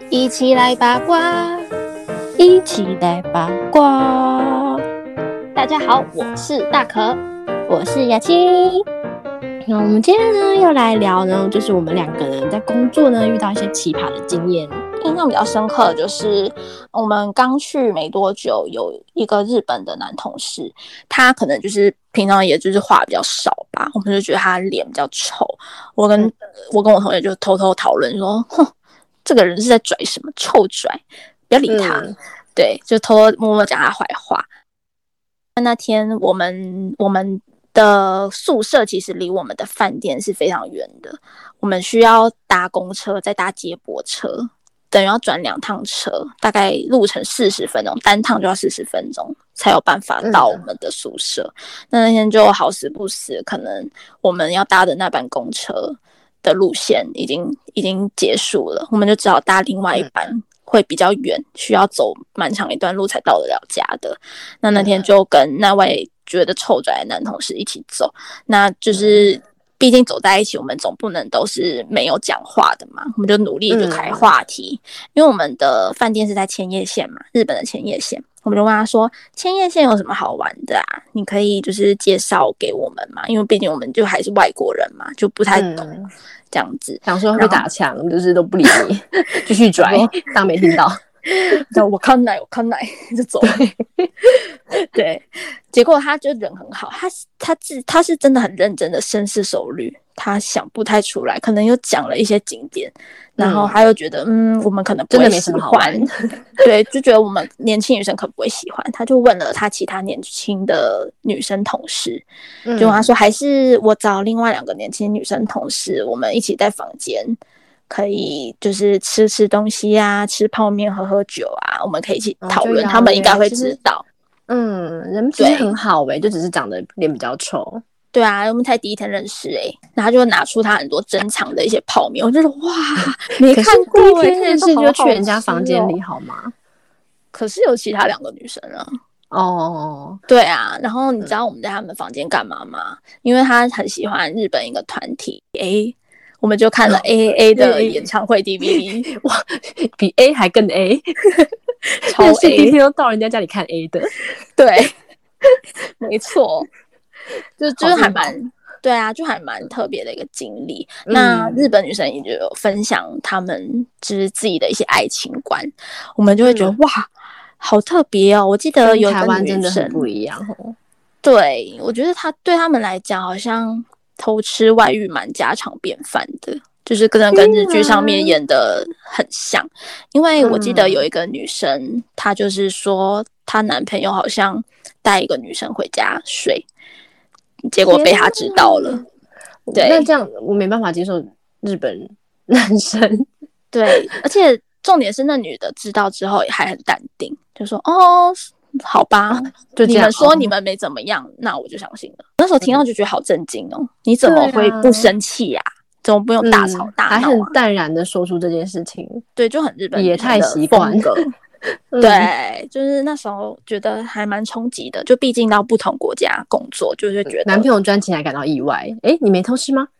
一起来八卦， 一起来八卦。 大家好，我是大可， 我是雅琪。那我们今天呢，要来聊呢，就是我们两个人在工作呢遇到一些奇葩的经验。 印象比较深刻的就是我们刚去没多久，有一个日本的男同事，他可能就是平常也就是话比较少吧，我们就觉得他脸比较臭。我跟我同学就偷偷讨论说，哼，这个人是在拽什么，臭拽，不要理他。对，就偷偷默默讲他坏话。那天我们的宿舍其实离我们的饭店是非常远的，我们需要搭公车，再搭接驳车，等于要转2趟车，大概路程40分钟，单趟就要40分钟才有办法到我们的宿舍。那天就好死不死，可能我们要搭的那班公车的路线已经结束了，我们就只好搭另外一班。会比较远，需要走蛮长一段路才到得了家的。那天就跟那位觉得臭拽的男同事一起走，那就是毕竟走在一起，我们总不能都是没有讲话的嘛，我们就努力就开话题。因为我们的饭店是在千叶县嘛，日本的千叶县，我们就问他说，千叶县有什么好玩的啊？你可以就是介绍给我们嘛，因为毕竟我们就还是外国人嘛，就不太懂。这样子想说会打枪，就是都不理你，继续拽，当没听到。 我看奶就走了。对，结果他就人很好，他是真的很认真的深思熟虑，他想不太出来，可能又讲了一些景点，然后他又觉得我们可能不会喜欢，对，就觉得我们年轻女生可能不会喜欢，他就问了他其他年轻的女生同事，就他说还是我找另外2个年轻女生同事，我们一起在房间。可以就是吃东西啊，吃泡面喝酒啊，我们可以一起讨论，他们应该会知道。 人其实很好就只是长得脸比较臭。 对啊，我们才第一天认识然后他就拿出他很多珍藏的一些泡面，我就说哇，没看过第一天认识就去人家房间里好吗？ 可是有其他2个女生啊。对啊，然后你知道我们在他们房间干嘛吗？因为他很喜欢日本一个团体我们就看了 AAA 的演唱会 DVD， 哇，比 A 还更 A， 超 A， 第一天都到人家家里看 A 的， 对，没错，就是还蛮对啊，就还蛮特别的一个经历。那日本女生也就有分享他们就是自己的一些爱情观，我们就会觉得哇，好特别哦！我记得有台湾真的很不一样哦。 对，我觉得对他们来讲，好像偷吃外遇蛮家常便饭的，就是跟日剧上面演的很像。因为我记得有一个女生，她就是说她男朋友好像带一个女生回家睡，结果被她知道了。对， 那这样我没办法接受日本男生。 对，而且重点是那女的知道之后还很淡定，就说哦。好吧，就你们说你们没怎么样，那我就相信了。那时候听到就觉得好震惊哦，你怎么会不生气呀？怎么不用大吵大闹还很淡然的说出这件事情？ 对，就很日本也太习惯了。对，就是那时候觉得还蛮冲击的，就毕竟到不同国家工作，就是觉得男朋友专情还感到意外。你没偷吃吗？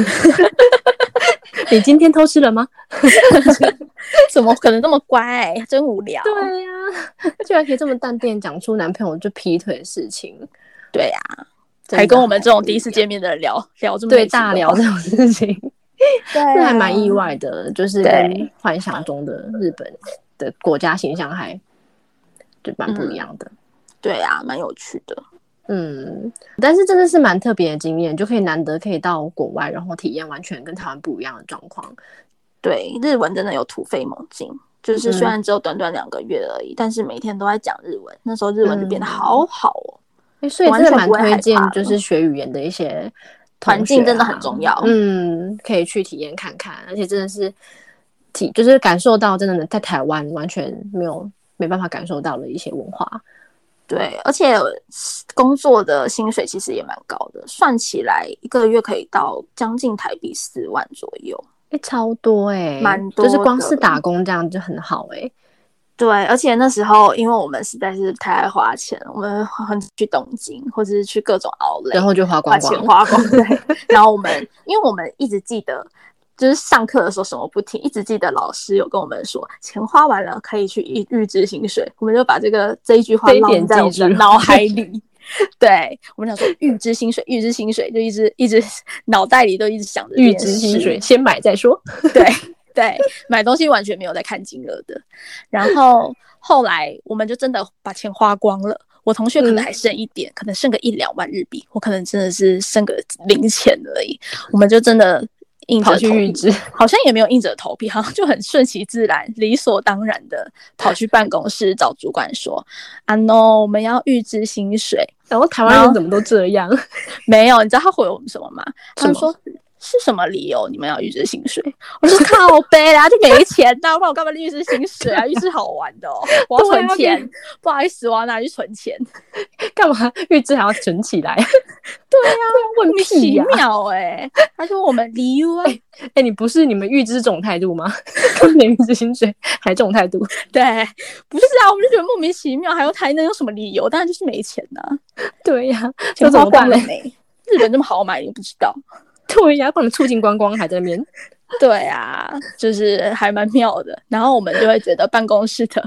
你今天偷吃了吗？ 怎么可能这么乖？真无聊。 对呀，居然可以这么淡定讲出男朋友就劈腿的事情。 对呀，还跟我们这种第一次见面的人聊这么对大聊这种事情，那还蛮意外的，就是跟幻想中的日本的国家形象还就蛮不一样的。 对啊，蛮有趣的。 但是真的是蛮特别的经验，就可以难得可以到国外，然后体验完全跟台湾不一样的状况。 对，日文真的有突飞猛进，就是虽然只有短短2个月而已，但是每天都在讲日文，那时候日文就变得好好哦。 所以真的蛮推荐，就是学语言的一些环境真的很重要。 可以去体验看看，而且真的是就是感受到真的在台湾完全没办法感受到的一些文化。 对，而且工作的薪水其实也蛮高的，算起来1个月可以到将近台币4万左右。 超多蛮多的， 就是光是打工这样就很好对，而且那时候因为我们实在是太爱花钱，我们很去东京或者是去各种outlet， 然后就花光光， 对。然后因为我们一直记得就是上课的时候什么不听，一直记得老师有跟我们说，钱花完了可以去预支薪水，我们就把这一句话烙在我们的脑海里。对，我们想说预支薪水，预支薪水，就一直脑袋里都一直想着预支薪水，先买再说。 对对，买东西完全没有在看金额的。然后后来我们就真的把钱花光了。我同学可能还剩一点，可能剩个1-2万日币，我可能真的是剩个零钱而已。我们就真的硬着头皮，好像也没有硬着头皮，好像就很顺其自然、理所当然的跑去办公室找主管说：“啊 no， 我们要预支薪水。” 然后台湾人怎么都这样？ 没有，你知道他回我们什么吗？他说。是什么理由你们要预支薪水？我说靠北啦，就没钱呐，不然我干嘛预支薪水啊？预支好玩的哦，我要存钱，不好意思，我要拿去存钱。 干嘛预支还要存起来？ 对啊， 问屁呀！ 奇妙他说我们理由啊， 你不是你们预支这种态度吗？跟你预支薪水还这种态度？ 对，不是啊，我们就觉得莫名其妙，还能有什么理由？当然就是没钱呐。 对呀， 钱花光了没？日本这么好买，你不知道？ 对呀，帮你促进观光还在那边。 对啊，就是还蛮妙的。然后我们就会觉得办公室的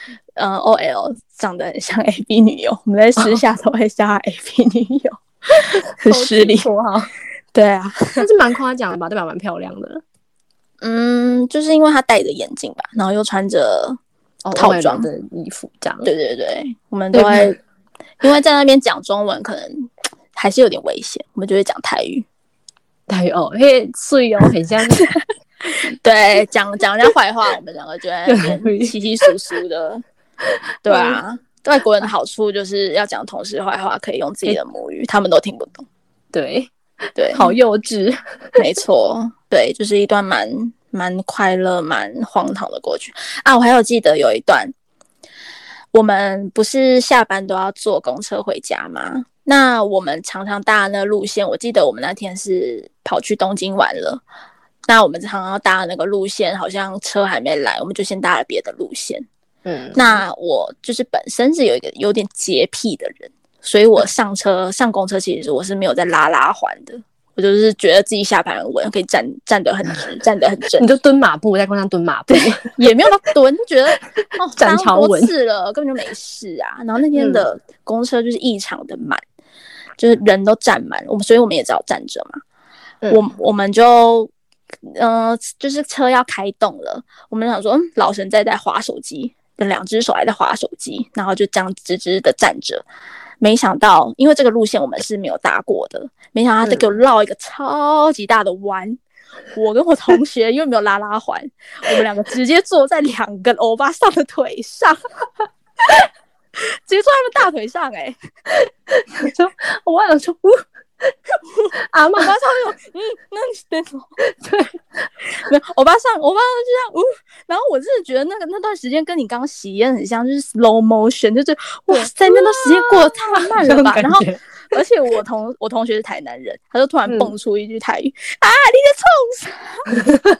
OL 长得很像 AV 女优，我们在私下都会叫她 AV 女优，很失礼。对啊， 但是蛮夸奖的吧，代表蛮漂亮的。 就是因为她戴着眼镜吧，然后又穿着套装的衣服，这样。 对对对，我们都会因为在那边讲中文可能还是有点危险，我们就会讲台语。 台语哦，嘿，水哦，很像。 对，讲人家坏话，我们两个就在那边稀稀疏疏的。对啊，外国人的好处就是要讲同事坏话，可以用自己的母语，他们都听不懂。 对对， 好幼稚。 没错，对，就是一段蛮快乐、蛮荒唐的过去啊！我还有记得有一段，我们不是下班都要坐公车回家吗？那我们常常搭的那个路线，我记得我们那天是跑去东京玩了。那我们常常搭的那个路线，好像车还没来，我们就先搭了别的路线。那我就是本身是有点洁癖的人，所以我上公车其实我是没有在拉环的。我就是觉得自己下盘很稳，可以站得很直，站得很正。 你就蹲马步，在公车上蹲马步， 也没有到蹲，就觉得站超稳了，根本就没事啊。然后那天的公车就是异常的满，就是人都站满，所以我们也只好站着嘛。我们就就是车要开动了，我们想说，老神在滑手机，跟2只手还在滑手机，然后就这样直直的站着。没想到，因为这个路线我们是没有搭过的，没想到他给我绕一个超级大的弯。我跟我同学因为没有拉环，我们两个直接坐在2个欧巴桑的腿上，直接坐在他们大腿上我忘了说阿嬷， 欧巴桑那那对，欧巴桑就这样然后我真的觉得那段时间跟你刚刚洗烟很像，就是 slow motion， 就是哇塞，那段时间过得太慢了吧。然后而且我同学是台南人，他就突然蹦出一句台语啊，你在冲啥？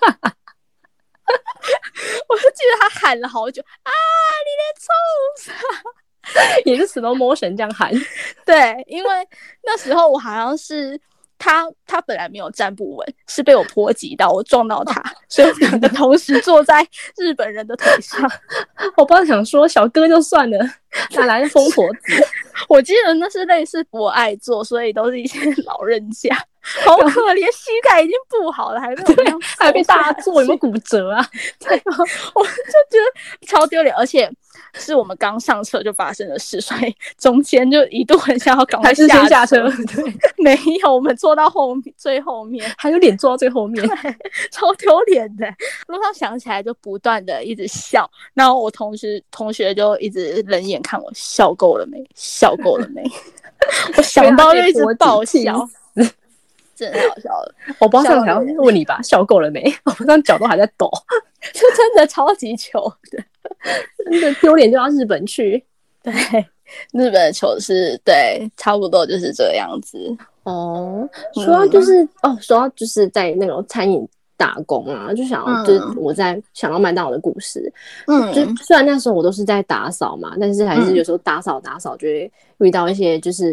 我就记得他喊了好久啊，你在冲啥？ 也是 slow motion 这样喊。 对，因为那时候我好像是他本来没有站不稳，是被我波及到，我撞到他，所以我们两个同时坐在日本人的腿上。 我刚想说小哥就算了，哪来的疯婆子？ 我记得那是类似博爱座，所以都是一些老人家，好可怜，膝盖已经不好了， 还被大坐，有没有骨折啊？ 对，我就觉得超丢脸，而且是我们刚上车就发生的事，所以中间就一度很想要赶快下车。对， 没有，我们坐到最后面， 还有脸坐到最后面， 超丢脸的。路上想起来就不断的一直笑，然后我同学就一直冷眼看我，笑够了没？笑够了没？我想到就一直爆笑。真的太好笑了， 我不知道上想要问你吧，笑够了没？我刚脚都还在抖， 就真的超级糗的， 真的丢脸就到日本去。 对，日本的糗是对，差不多就是这样子。 说到就是在那种餐饮打工啊，就想要就是我在想到麦当劳的故事。就虽然那时候我都是在打扫嘛，但是还是有时候打扫就会遇到一些就是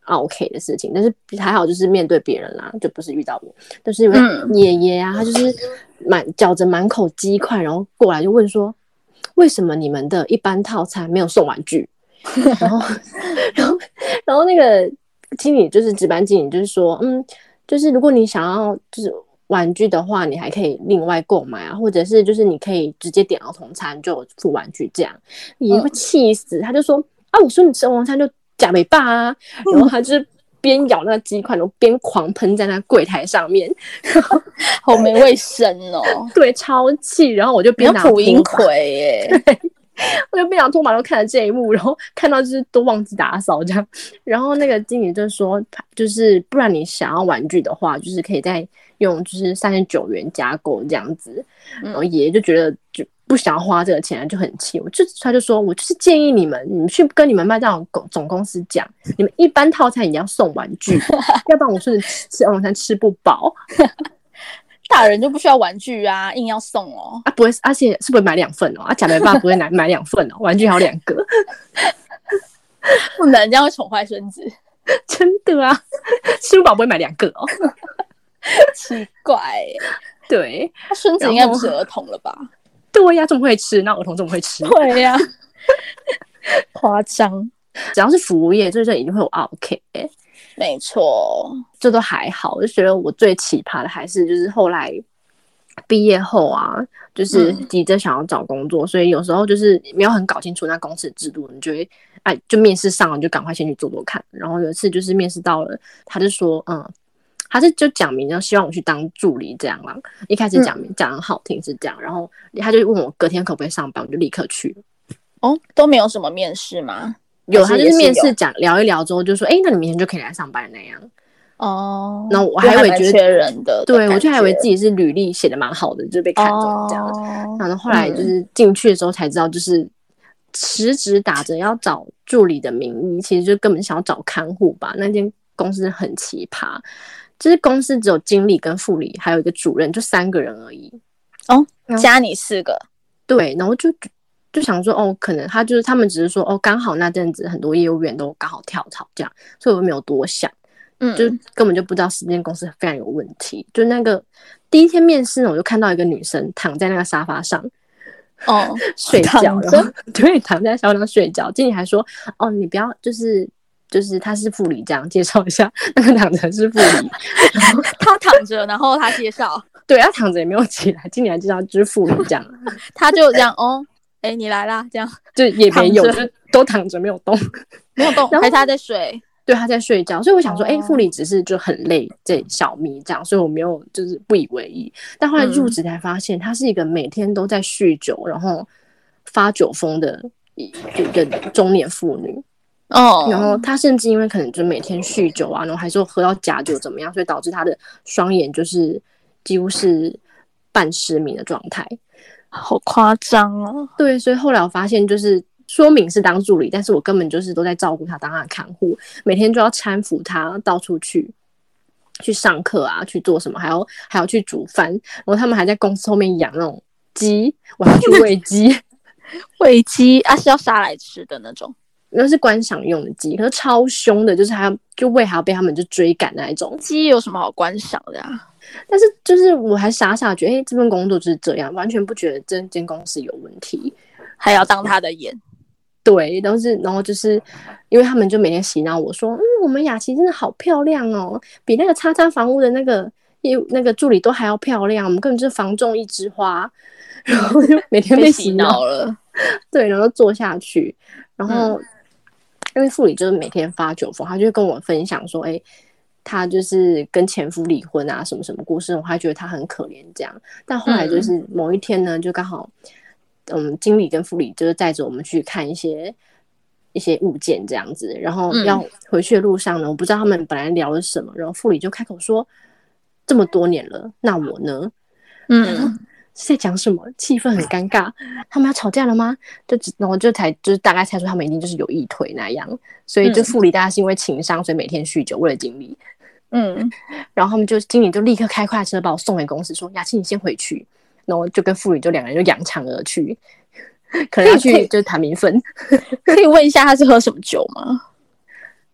OK 的事情，但是还好就是面对别人啦，就不是遇到我。就是因为爷爷啊，他就是嚼着满口鸡块，然后过来就问说，为什么你们的一般套餐没有送玩具？然后那个经理就是值班经理就是说，就是如果你想要就是玩具的话，你还可以另外购买啊，或者是就是你可以直接点儿童餐就有附玩具这样。也会气死，他就说啊，我说你吃儿童餐就假没爸啊，然后他就是边咬那个鸡块，然后边狂喷在那柜台上面， 好没卫生哦。 对，超气。然后我就边拿普音葵耶， 我就边拿拖把都看了这一幕，然后看到就是都忘记打扫这样。然后那个经理就说，就是不然你想要玩具的话，就是可以再用就是39元加购这样子。然后爷爷就觉得就不想要花这个钱，就很气。他就说，我就是建议你们去跟你们麦当劳总公司讲，你们一般套餐也要送玩具，要不然我说你吃儿童餐吃不饱。 大人就不需要玩具啊，硬要送哦。 不会，而且是不会买2份哦。假的爸不会买2份哦，玩具还有2个， 不能这样会宠坏孙子。 真的啊，吃不饱不会买2个哦， 奇怪耶。 对， 他孙子应该不是儿童了吧？ 对呀，这么会吃，那儿童这么会吃？ 对呀，夸张。 只要是服务业，就是一定会有 OK。 没错， 这都还好。我就觉得我最奇葩的还是就是后来毕业后啊，就是急着想要找工作，所以有时候就是没有很搞清楚那公司的制度，你就会就面试上了，你就赶快先去做做看。然后有一次就是面试到了，他就说他是就讲明希望我去当助理这样啦。一开始讲明讲很好听是这样，然后他就问我隔天可不可以上班，我就立刻去了。 哦，都没有什么面试吗？ 有，他就是面试讲聊一聊之后就说，那你明天就可以来上班那样。 哦， 然后我还以为觉得缺人的， 对，我就还以为自己是履历写的蛮好的，就被看中这样。然后后来就是进去的时候才知道，就是实质打着要找助理的名义，其实就根本想要找看护吧。那间公司很奇葩，就是公司只有经理跟副理，还有一个主任，就3个人而已。 哦，加你4个。 对，然后就想说，可能他们只是说，刚好那阵子很多业务员都刚好跳槽这样，所以我没有多想。就根本就不知道这间公司非常有问题。就那个第一天面试呢，我就看到一个女生躺在那个沙发上，睡觉，然后对，躺在沙发上睡觉。经理还说，你不要就是他是副理这样介绍一下，那个躺着是副理， 他躺着，然后他介绍， 对，他躺着也没有起来，经理还介绍就是副理这样， 他就这样你来啦，这样就也没有，就都躺着没有动， 没有动，还是他在睡。 对，他在睡觉，所以我想说，副理只是就很累，这小咪这样，所以我没有就是不以为意。但后来入职才发现，他是一个每天都在酗酒，然后发酒疯的一个中年妇女。然后他甚至因为可能就每天酗酒啊，然后还说喝到假酒怎么样，所以导致他的双眼就是几乎是半失明的状态。 好夸张哦。 对，所以后来我发现就是说明是当助理，但是我根本就是都在照顾他，当他的看护，每天就要搀扶他到处去上课啊，去做什么，还要去煮饭，然后他们还在公司后面养那种鸡，我还要去喂鸡。 喂鸡是要杀来吃的那种？ 那是观赏用的鸡，可是超凶的，就是就喂还要被他们就追赶那一种。 鸡有什么好观赏的啊？ 但是就是我还傻傻觉得，这份工作就是这样，完全不觉得这间公司有问题， 还要当他的眼。 对，然后就是因为他们就每天洗脑我说，我们雅琪真的好漂亮哦，比那个叉叉房屋的那个助理都还要漂亮，我们根本就是房中一枝花。然后就每天被洗脑了， 对，然后做下去，然后因为副理就是每天发酒疯，他就跟我分享说，他就是跟前夫離婚啊，什么什么故事，我还觉得他很可怜这样。但后来就是某一天呢，就刚好经理跟副理就是载着我们去看一些物件这样子，然后要回去的路上呢，我不知道他们本来聊了什么，然后副理就开口说，这么多年了，那我呢？是在讲什么？气氛很尴尬，他们要吵架了吗？然后就是大概猜出他们一定就是有意推那样，所以就副理大家是因为情商，所以每天酗酒为了经理。然后他们经理就立刻开快车把我送回公司，说雅琪你先回去，然后就跟副理就2个人就扬长而去，可能要去就是谈名分。 可以问一下他是喝什么酒吗？ 不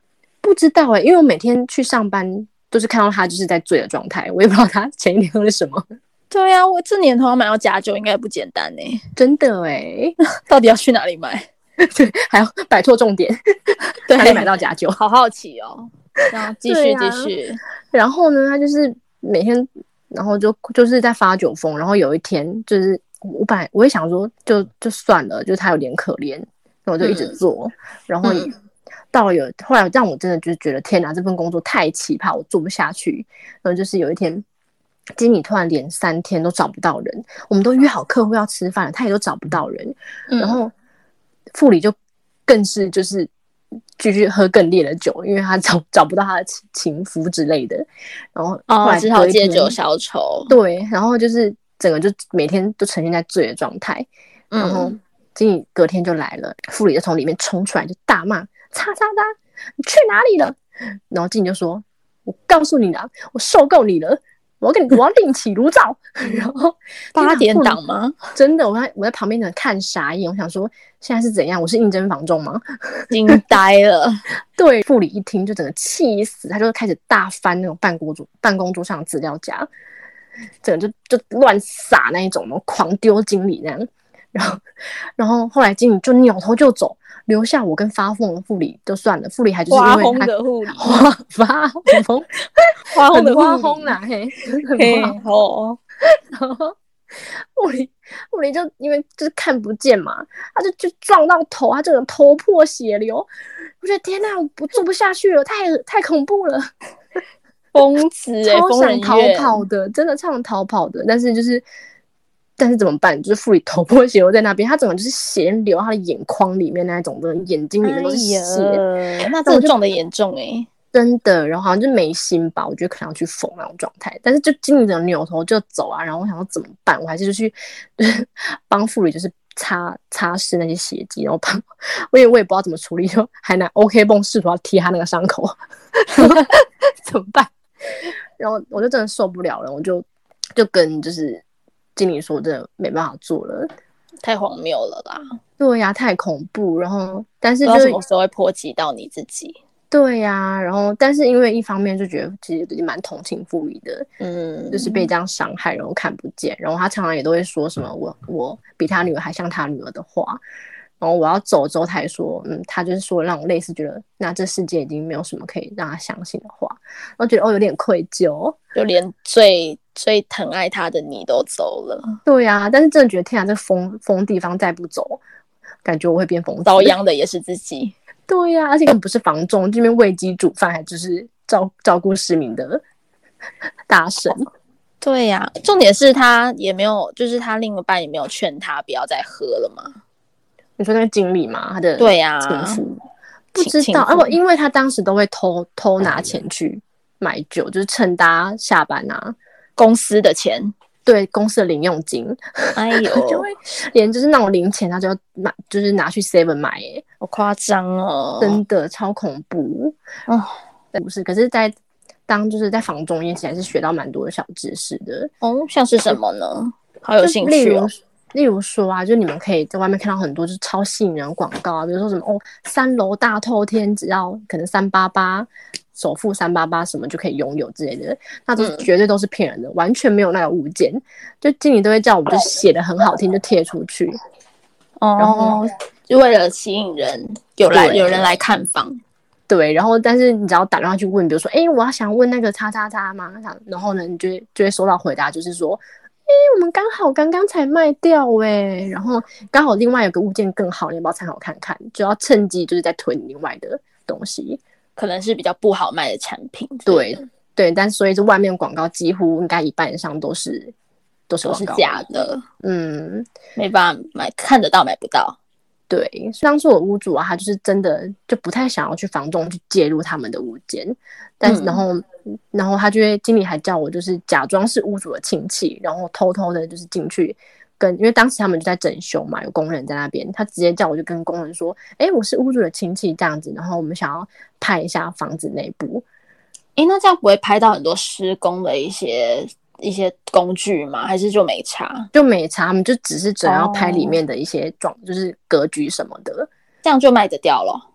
不知道因为我每天去上班都是看到他就是在醉的状态，我也不知道他前一天喝了什么。 对啊，我这年头要买到假酒应该不简单真的到底要去哪里买？ 对，还要摆错重点，对，还得买到假酒， 好好奇哦。然后继续， 然后呢，他就是每天，然后就是在发酒疯，然后有一天就是我也想说就算了，就是他有点可怜，我就一直做，然后到了后来让我真的就觉得天哪，这份工作太奇葩，我做不下去。然后就是有一天，经理突然连3天都找不到人，我们都约好客户要吃饭了，他也都找不到人，然后副理就更是就是继续喝更烈的酒，因为他找不到他的情夫之类的，然后后来只好借酒消愁。 对，然后就是整个就每天都呈现在醉的状态，然后经理隔天就来了，副理就从里面冲出来就大骂：叉叉叉，你去哪里了？然后经理就说：我告诉你啦，我受够你了，我要另起炉灶。然后 8点档吗？ 真的，我在旁边的看傻眼，我想说现在是怎样？我是应征房仲吗？ 惊呆了。 对，副理一听就整个气死，他就开始大翻那种办公桌上的资料夹，整个就乱撒那一种，然后狂丢经理那样。然后后来经理就扭头就走，留下我跟发疯的副理就算了，副理还就是因为他花红的护理， 发疯， 花红的花红啦，嘿， 哦， 然后副理就因为就是看不见嘛，他就撞到头，他整个头破血流，我觉得天哪，我做不下去了，太恐怖了， 疯子超想逃跑的，真的超想逃跑的，但是怎么办？就是副理头破血流在那边，他整个就是血流他的眼眶里面那种的，眼睛里面都是血， 那真的撞得严重真的。然后好像就没心吧，我觉得可能要去缝那种状态。但是就经理人扭头就走啊，然后我想说怎么办？我还是就去帮副理就是擦拭那些血迹，然后我也不知道怎么处理，就还拿 OK 绷试图要贴他那个伤口，怎么办？然后我就真的受不了了，我就跟就是经理说真的没办法做了， 太荒谬了啦。 对呀，太恐怖。然后但是不知道什么时候会波及到你自己。 对呀，然后但是因为一方面就觉得其实蛮同情副理的，就是被这样伤害，然后看不见，然后他常常也都会说什么我比他女儿还像他女儿的话，然后我要走之后他也说他就是说让我类似觉得那这世界已经没有什么可以让他相信的话，然后觉得有点愧疚， 就连最疼爱他的你都走了。 对呀，但是真的觉得天啊，这疯地方再不走，感觉我会变疯子， 遭殃的也是自己。 对呀，而且根本不是房仲，这边喂鸡煮饭，还就是照顾市民的大神。 对呀，重点是他也没有，就是他另一半也没有劝他不要再喝了嘛。 你说那个经理嘛，他的对呀， 情夫不知道因为他当时都会偷拿钱去买酒，就是趁大家下班啊， 公司的钱。 对，公司的零用金， 哎呦， 就会连就是那种零钱，他就要买，就是拿去 Seven 买， 好夸张哦， 真的超恐怖哦。不是，可是就是在房中业，其实还是学到蛮多的小知识的哦，像是什么呢？好有兴趣哦。 例如说啊，就你们可以在外面看到很多就是超吸引人的广告啊，比如说什么3楼大透天，只要可能388首付388什么就可以拥有之类的，那都绝对都是骗人的，完全没有那个物件。就经理都会叫我们就写的很好听就贴出去，然后就为了吸引人，有人来看房。 对，然后但是你只要打电话去问，比如说我要想问那个叉叉叉嘛，然后呢你就会收到回答，就是说我们刚刚才卖掉然后刚好另外有个物件更好，你要不要参考看看？就要趁机就是在推你另外的东西， 可能是比较不好卖的产品。 对，但所以这外面广告几乎应该一半以上都是假的，没办法买，看得到买不到。 对，当初我屋主啊，他就是真的就不太想要去房仲去介入他们的物件，但是然后他就会经理还叫我就是假装是屋主的亲戚，然后偷偷的就是进去因为当时他们就在整修嘛，有工人在那边，他直接叫我就跟工人说，我是屋主的亲戚这样子，然后我们想要拍一下房子内部。 那这样不会拍到很多施工的一些工具吗？还是就没差？ 就没差，他们就只是要拍里面的一些就是格局什么的， 这样就卖得掉了。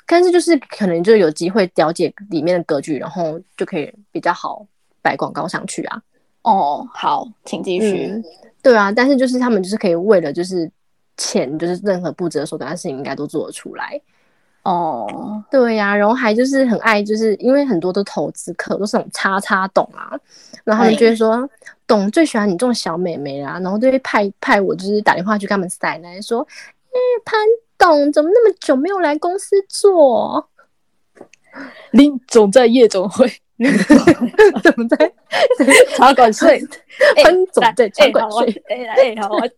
但是就是可能就有机会了解里面的格局，然后就可以比较好摆广告上去啊。 哦，好，请继续。 对啊，但是就是他们就是可以为了就是钱，就是任何不择手段的事情应该都做得出来。 哦， 对呀、然后还就是很爱，就是因为很多都投资客都是那种叉叉董啊，然后他们就会说，董最喜欢你这种小妹妹啦，然后就会派我就是打电话去跟他们塞奶说，潘董怎么那么久没有来公司做？ 林总在夜总会， 怎么在茶馆睡？ 潘总在茶馆睡？ 好啊，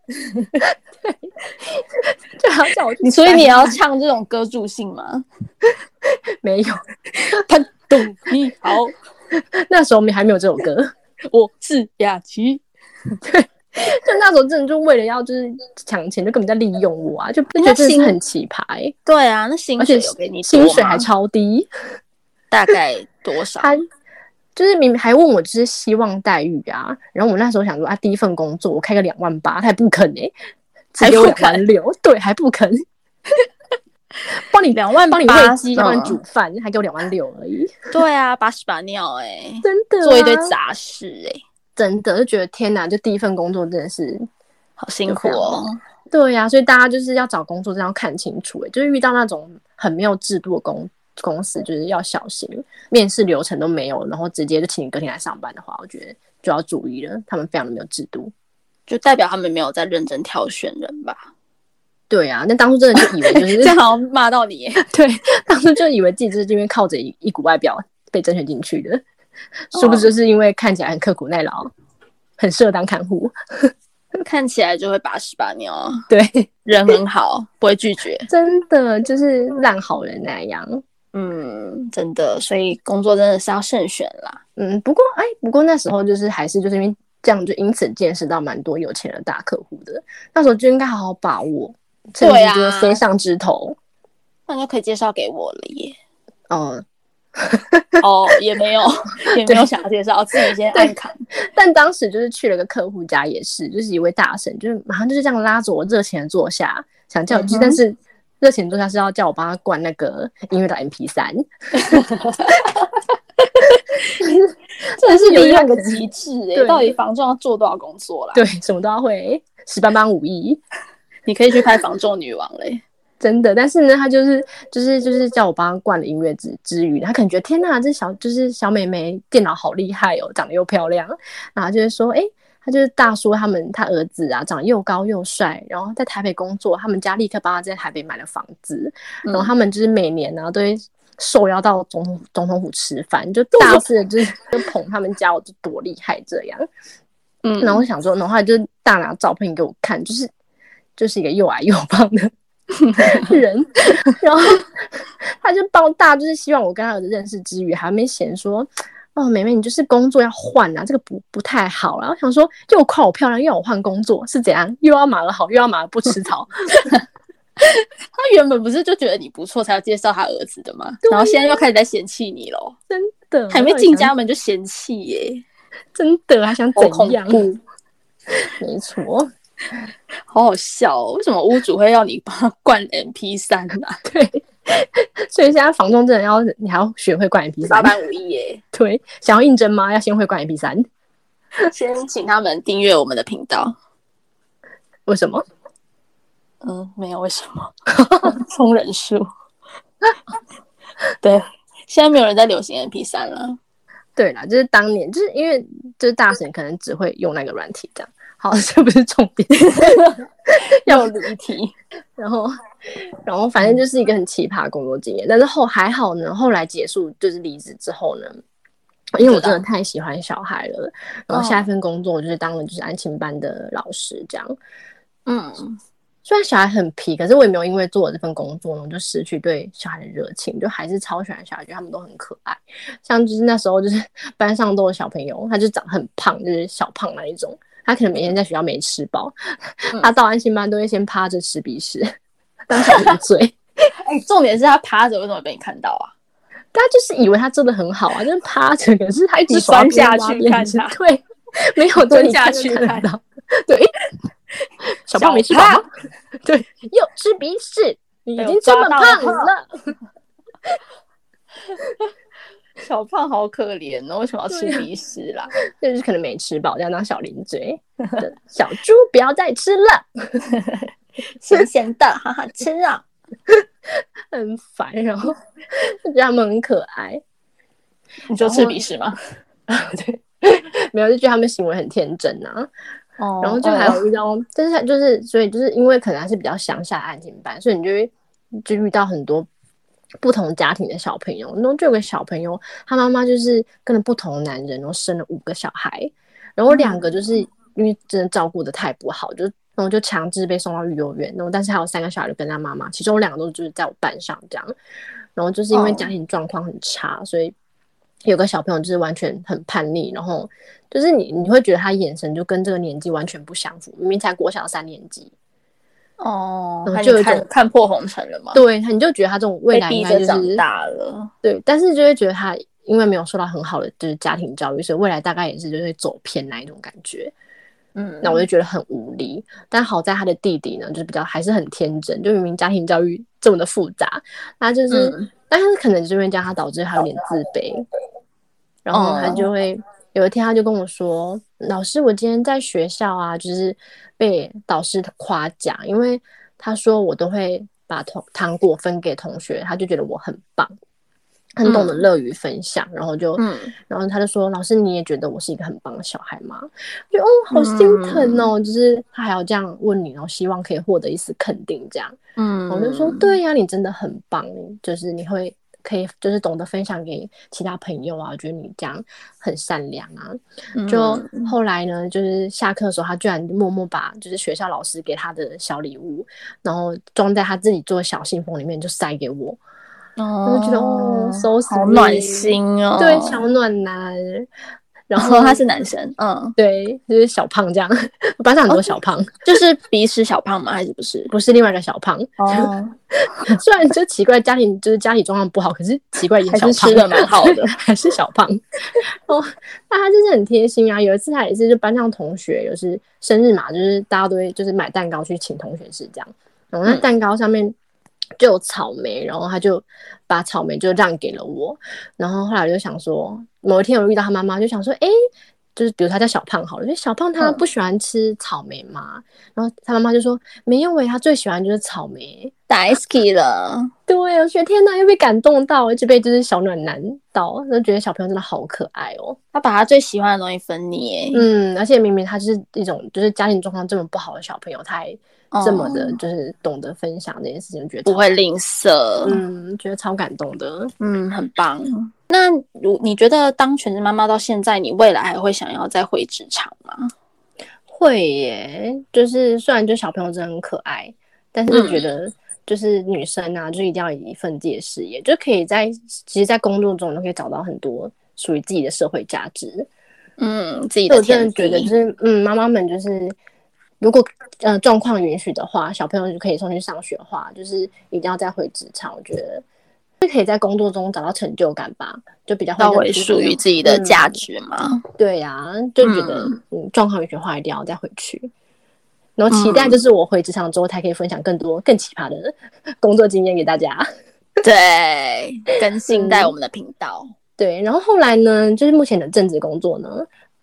就还要叫我去， 所以你也要唱这种歌助兴吗？ 没有， 潘董你好， 那时候还没有这首歌。 我是雅琪。 对，就那时候真的就为了要就是抢钱，就根本在利用我啊，就觉得真的是很奇葩欸。 对啊，那薪水有给你薪水还超低， 大概多少？ 他就是明明还问我就是希望待遇啊，然后我那时候想说啊，第一份工作我开个2.8万，他还不肯欸，只给我2.6万，对，还不肯。帮你 2.8万， 帮你喂鸡，帮你煮饭，还给我2.6万而已。 对啊，把屎把尿真的、啊、 做一堆杂事真的就觉得天哪，就第一份工作真的是好辛苦哦。 对呀、所以大家就是要找工作，真的要看清楚就是遇到那种很没有制度的公司，就是要小心，面试流程都没有，然后直接就请你隔天来上班的话，我觉得就要注意了，他们非常的没有制度， 就代表他们没有在认真挑选人吧。 对啊，那当初真的就以为就是这样好像骂到你对，当初就以为自己就是因为靠着一股外表被甄选进去的，殊不知就是因为看起来很刻苦耐劳，很适合当看护， 看起来就会把屎把尿。 对， 人很好，不会拒绝， 真的就是烂好人那样。 真的，所以工作真的是要慎选啦。 不过那时候就是还是就是因为这样，就因此见识到蛮多有钱的大客户的，那时候就应该好好把握，甚至就是飞上枝头。 那就可以介绍给我了耶。也没有想要介绍，自己先按砍。 但当时就是去了个客户家，也是就是一位大神，就是马上就是这样拉着我热情的坐下，想叫我去，但是热情坐下是要叫我帮他灌那个音乐的 MP3。 真的是利用个极致到底房仲要做多少工作啦？ 对，什么都要会，10班班5亿， 你可以去拍房仲女王嘞。 真的，但是呢，他就是叫我帮他灌了音乐之余，他可能觉得天哪，这小妹妹电脑好厉害哦，长得又漂亮，然后就是说，他就是大叔他儿子啊，长得又高又帅，然后在台北工作，他们家立刻帮他在台北买了房子，然后他们就是每年呢都会受邀到总统府吃饭，就大肆就是捧他们家，我就多厉害这样。然后我想说，然后他就大拿照片给我看，就是一个又矮又胖的人，然后他就抱大，就是希望我跟他儿子认识之余，还没嫌说，妹妹你就是工作要换啊，这个不太好。然后想说，又夸我漂亮，又要我换工作，是怎样？又要马儿好，又要马儿不吃草。 他原本不是就觉得你不错才要介绍他儿子的吗？然后现在又开始在嫌弃你咯。 真的， 还没进家门就嫌弃耶， 真的还想怎样？没错。 好好笑哦！为什么屋主会要你帮他灌 MP3 啊？ 对，所以现在房仲真的你还要学会灌 MP3，8 班5亿耶！ 对，想要应征吗？要先会灌 MP3， 先请他们订阅我们的频道。 为什么？ 没有为什么，冲人数。对，现在没有人在流行 MP3 了。 对啦，就是当年就是因为就是大神可能只会用那个软体这样。好，这不是重点， 要离题。 然后反正就是一个很奇葩的工作经验，但是还好呢，后来结束就是离职之后呢，因为我真的太喜欢小孩了，然后下一份工作我就是当了就是安亲班的老师这样。虽然小孩很皮，可是我也没有因为做了这份工作呢，我就失去对小孩的热情，就还是超喜欢小孩，觉得他们都很可爱。像就是那时候就是班上都有小朋友，他就长很胖，就是小胖那一种。他可能每天在学校没吃饱，他到安心班都会先趴着吃鼻屎，当小零嘴。 重点是他趴着为什么被你看到啊？ 大家就是以为他做的很好啊，就是趴着，可是他一直钻下去看他， 对，没有蹲下去看到，对，小胖没吃饱吗？对，又吃鼻屎，你已经这么胖了。 小胖好可怜哦，为什么要吃鼻屎啦？ 就是可能没吃饱，这样当小零嘴。小猪不要再吃了， 咸咸的，好好吃啊！ 很烦。然后就觉得他们很可爱。 你说吃鼻屎吗？ 对，没有，就觉得他们行为很天真啊。然后就还有遇到，但是就是所以就是因为可能还是比较乡下安静班，所以你就遇到很多不同家庭的小朋友。然后就有个小朋友，他妈妈就是跟了不同的男人，然后生了5个小孩，然后2个就是因为真的照顾的太不好，然后就强制被送到育幼院。然后但是还有3个小孩就跟他妈妈，其中2个都就是在我班上这样。然后就是因为家庭状况很差，所以有个小朋友就是完全很叛逆，然后就是你会觉得他眼神就跟这个年纪完全不相符，明明才国小3年级。 然后就有一种看破红尘了嘛。 对，你就觉得他这种未来应该就是长大了。 对，但是就会觉得他因为没有受到很好的就是家庭教育，所以未来大概也是就会走偏那一种感觉。那我就觉得很无力。但好在他的弟弟呢，就是比较还是很天真，就明明家庭教育这么的复杂，他就是，但是可能就是因为这样，他导致他有点自卑，然后他就会有一天他就跟我说：“老师，我今天在学校啊，就是被导师夸奖，因为他说我都会把糖果分给同学，他就觉得我很棒。”很懂得乐于分享，然后他就说：“老师，你也觉得我是一个很棒的小孩吗？”我就好心疼哦，就是他还要这样问你，然后希望可以获得一丝肯定，这样。我就说：“对呀，你真的很棒，就是你可以就是懂得分享给其他朋友啊，我觉得你这样很善良啊。”就后来呢，就是下课的时候，他居然默默把就是学校老师给他的小礼物，然后装在他自己做的小信封里面，就塞给我。我就觉得so sweet， 好暖心哦。 对，小暖男。然后他是男生， 对，就是小胖这样。班上很多小胖， 就是鼻屎小胖吗？还是不是？ 不是另外一个小胖。虽然就奇怪家庭状况不好，可是奇怪也小胖， 还是吃的蛮好的， 还是小胖。那他就是很贴心啊。有一次他也是就班上同学就是生日嘛，就是大家都会就是买蛋糕去请同学吃这样。然后那蛋糕上面就有草莓，然后他就把草莓就让给了我。然后后来我就想说，某一天我遇到他妈妈，就想说，就是比如他叫小胖好了，就小胖他不喜欢吃草莓嘛。然后他妈妈就说没有他最喜欢就是草莓， 大好き了。 对，我觉得天哪，又被感动到，就被就是小暖男到，就觉得小朋友真的好可爱哦。 他把他最喜欢的东西分你而且明明他是一种就是家庭状况这么不好的小朋友，他还这么的就是懂得分享这件事情，觉得不会吝啬， 觉得超感动的， 很棒。那你觉得当全职妈妈到现在，你未来还会想要再回职场吗？会耶，就是虽然就小朋友真的很可爱，但是觉得就是女生啊，就一定要有一份自己的事业，就可以其实在工作中都可以找到很多属于自己的社会价值。 自己的天地。 我真的觉得就是妈妈们就是如果状况允许的话，小朋友就可以送去上学的话，就是一定要再回职场。我觉得是可以在工作中找到成就感吧，就比较会属于自己的价值嘛。 对啊，就觉得状况允许的话一定要再回去。然后期待就是我回职场之后才可以分享更多更奇葩的工作经验给大家。 对，更新在我们的频道。 对，然后后来呢，就是目前的正职工作呢，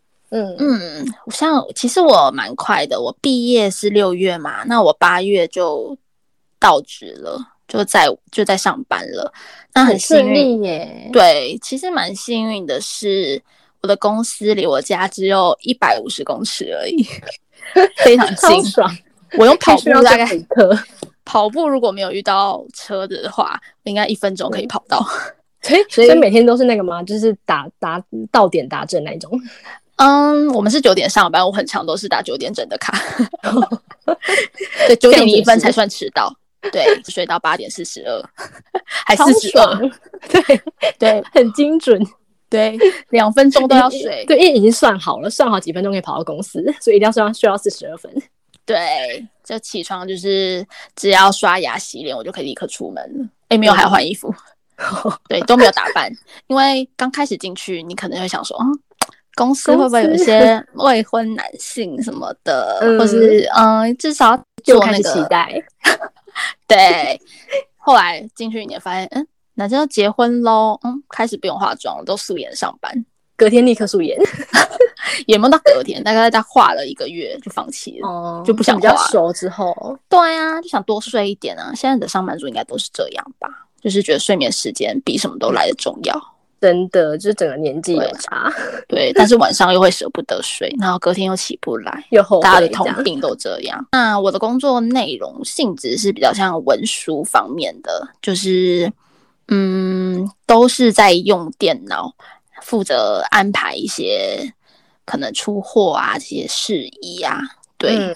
其实我蛮快的，我毕业是6月嘛，那我8月就到职了，就在上班了。那很幸运耶。 对，其实蛮幸运的是，我的公司离我家只有150公尺而已，非常近， 爽。 我用跑步大概跑步如果没有遇到车子的话，应该1分钟可以跑到。 所以每天都是那个吗？就是到点打针那一种。 我们是9点上班，我很常都是打9点整的卡。对，9点01分才算迟到。对，睡到8点42，还42。对， 很精准。 对，2分钟都要睡。 对，因为已经算好了，算好几分钟可以跑到公司，所以一定要睡到42分。 对，就起床就是只要刷牙洗脸，我就可以立刻出门了。没有，还要换衣服。对，都没有打扮，因为刚开始进去，你可能会想说，公司会不会有一些未婚男性什么的，或是至少做那个期待。 对，后来进去你也发现， 男生要结婚咯，开始不用化妆了，都素颜上班， 隔天立刻素颜。 也没有到隔天，大概化了1个月就放弃了，就不想化了。 比较熟之后， 对啊，就想多睡一点啊。现在的上班族应该都是这样吧，就是觉得睡眠时间比什么都来得重要。 真的，就是整个年纪有差。 对，但是晚上又会舍不得睡，然后隔天又起不来， 又后悔， 大家的通病都这样。那我的工作内容性质是比较像文书方面的，就是都是在用电脑，负责安排一些可能出货啊这些事宜啊。对，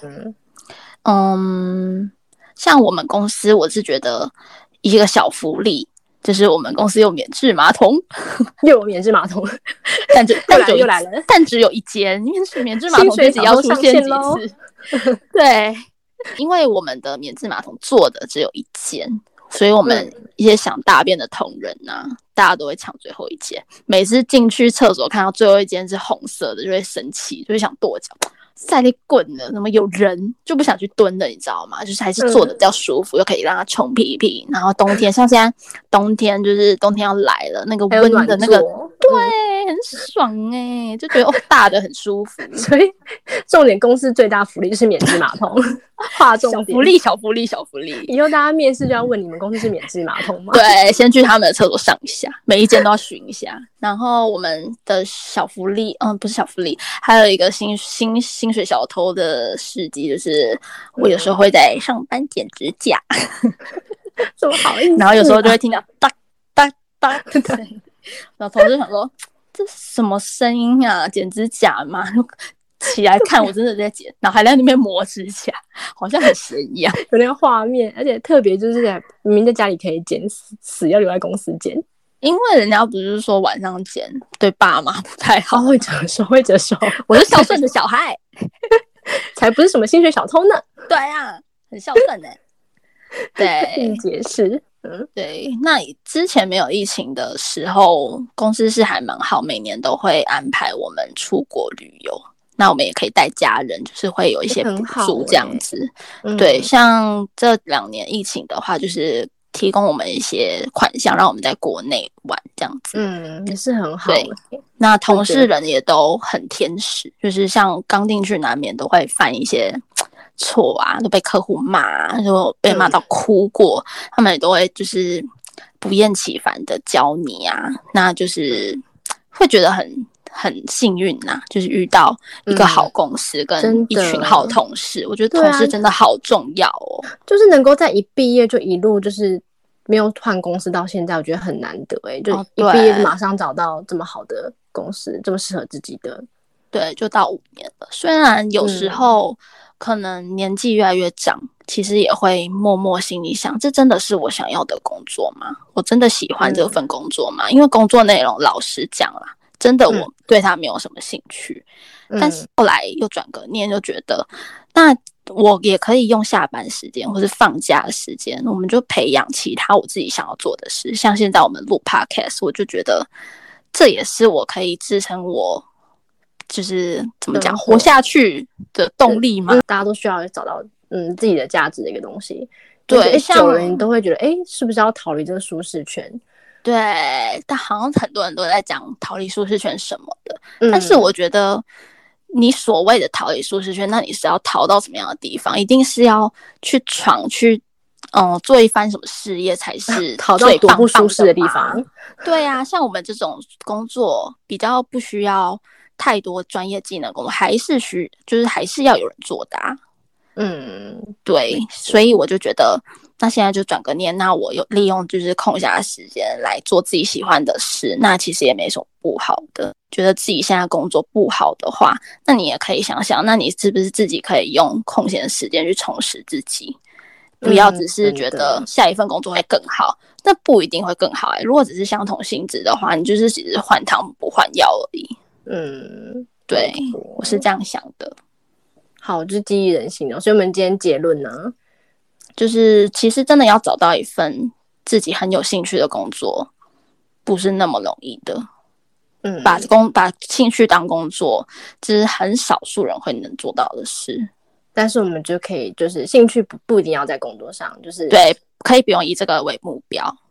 像我们公司，我是觉得一个小福利。就是我们公司有免治马桶， 又有免治马桶， 但又来了， 但只有一间，因为免治马桶自己要出现几次。对，因为我们的免治马桶做的只有一间，所以我们一些想大便的同仁啊，大家都会抢最后一间。每次进去厕所看到最后一间是红色的，就会生气，就会想跺脚。赛力棍的，怎么有人就不想去蹲的，你知道吗？就是还是坐的比较舒服，又可以让它冲屁屁。然后冬天，像现在冬天就是冬天要来了，那个温的那个，对，很爽欸，就觉得大的很舒服。 所以重点，公司最大福利就是免治马桶，划重点， 小福利。 以后大家面试就要问你们公司是免治马桶吗？ 对，先去他们的厕所上一下，每一间都要巡一下。然后我们的小福利，不是小福利，还有一个薪水小偷的事迹，就是我有时候会在上班剪指甲， 怎么好意思？ 然后有时候就会听到哒哒哒，对，然后同事想说这是什么声音啊？剪指甲吗？起来看，我真的在剪，然后还在那边磨指甲，好像很闲一样， 有那个画面，而且特别就是明明在家里可以剪，死要留在公司剪。 因为人家不是说晚上剪对爸妈不太好， 会折手。 我是孝顺的小孩， 才不是什么薪水小偷呢。 对啊，很孝顺欸。对， 解释。 对。那之前没有疫情的时候，公司是还蛮好，每年都会安排我们出国旅游。那我们也可以带家人，就是会有一些补助这样子。对，像这2年疫情的话，就是提供我们一些款项，让我们在国内玩这样子。 也是很好。 对，那同事人也都很天使，就是像刚进去难免都会犯一些错啊，都被客户骂，就被骂到哭过，他们也都会就是不厌其烦的教你啊，那就是会觉得很幸运呐，就是遇到一个好公司跟一群好同事，我觉得同事真的好重要哦。 就是能够在一毕业就一路就是没有换公司到现在，我觉得很难得就一毕业马上找到这么好的公司，这么适合自己的。 对，就到5年了。虽然有时候可能年纪越来越长，其实也会默默心里想，这真的是我想要的工作吗？我真的喜欢这份工作吗？因为工作内容老实讲啦，真的我对他没有什么兴趣。但是后来又转个念，就觉得那我也可以用下班时间或是放假的时间，我们就培养其他我自己想要做的事。像现在我们录 podcast， 我就觉得这也是我可以支撑我就是怎么讲活下去的动力嘛。 大家都需要找到自己的价值的一个东西。 对， 久了你都会觉得是不是要逃离这个舒适圈？ 对，但好像很多人都在讲逃离舒适圈什么的，但是我觉得你所谓的逃离舒适圈，那你是要逃到什么样的地方？一定是要去闯去做一番什么事业才是逃到多不舒适的地方。 对啊，像我们这种工作比较不需要太多专业技能工作，还是要有人做的啊。对，所以我就觉得那现在就转个念，那我有利用就是空暇时间来做自己喜欢的事，那其实也没什么不好的。觉得自己现在工作不好的话，那你也可以想想，那你是不是自己可以用空闲时间去充实自己，不要只是觉得下一份工作会更好，那不一定会更好。如果只是相同性质的话，你就是只是换汤不换药而已。对，我是这样想的。 好，就是激励人心哦。所以我们今天结论呢， 就是其实真的要找到一份自己很有兴趣的工作，不是那么容易的。把兴趣当工作，这是很少数人会能做到的事。 但是我们就可以，就是兴趣不一定要在工作上，就是对，可以不用以这个为目标，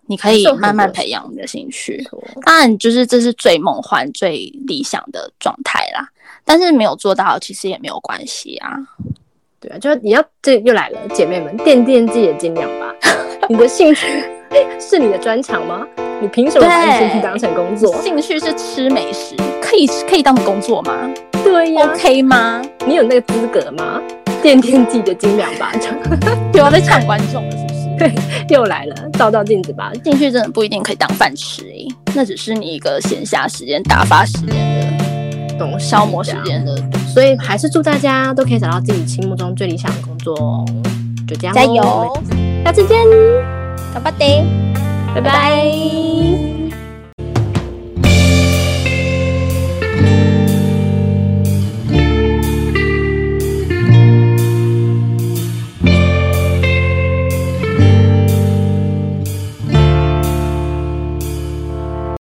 你可以慢慢培养你的兴趣。当然，就是这是最梦幻、最理想的状态啦。但是没有做到，其实也没有关系啊。 对啊，就你要这又来了，姐妹们，掂掂自己的斤两吧。你的兴趣是你的专长吗？你凭什么把你兴趣当成工作？ 兴趣是吃美食，可以当工作吗？ 对呀 ，OK 吗？ 你有那个资格吗？掂掂自己的斤两吧， 又要在抢观众了，是不是？ 对，又来了，照照镜子吧。 兴趣真的不一定可以当饭吃那只是你一个闲暇时间、打发时间的东西， 消磨时间的。 所以还是祝大家都可以找到自己心目中最理想的工作哦。就这样， 加油！ 下次见， 干巴爹， 拜拜。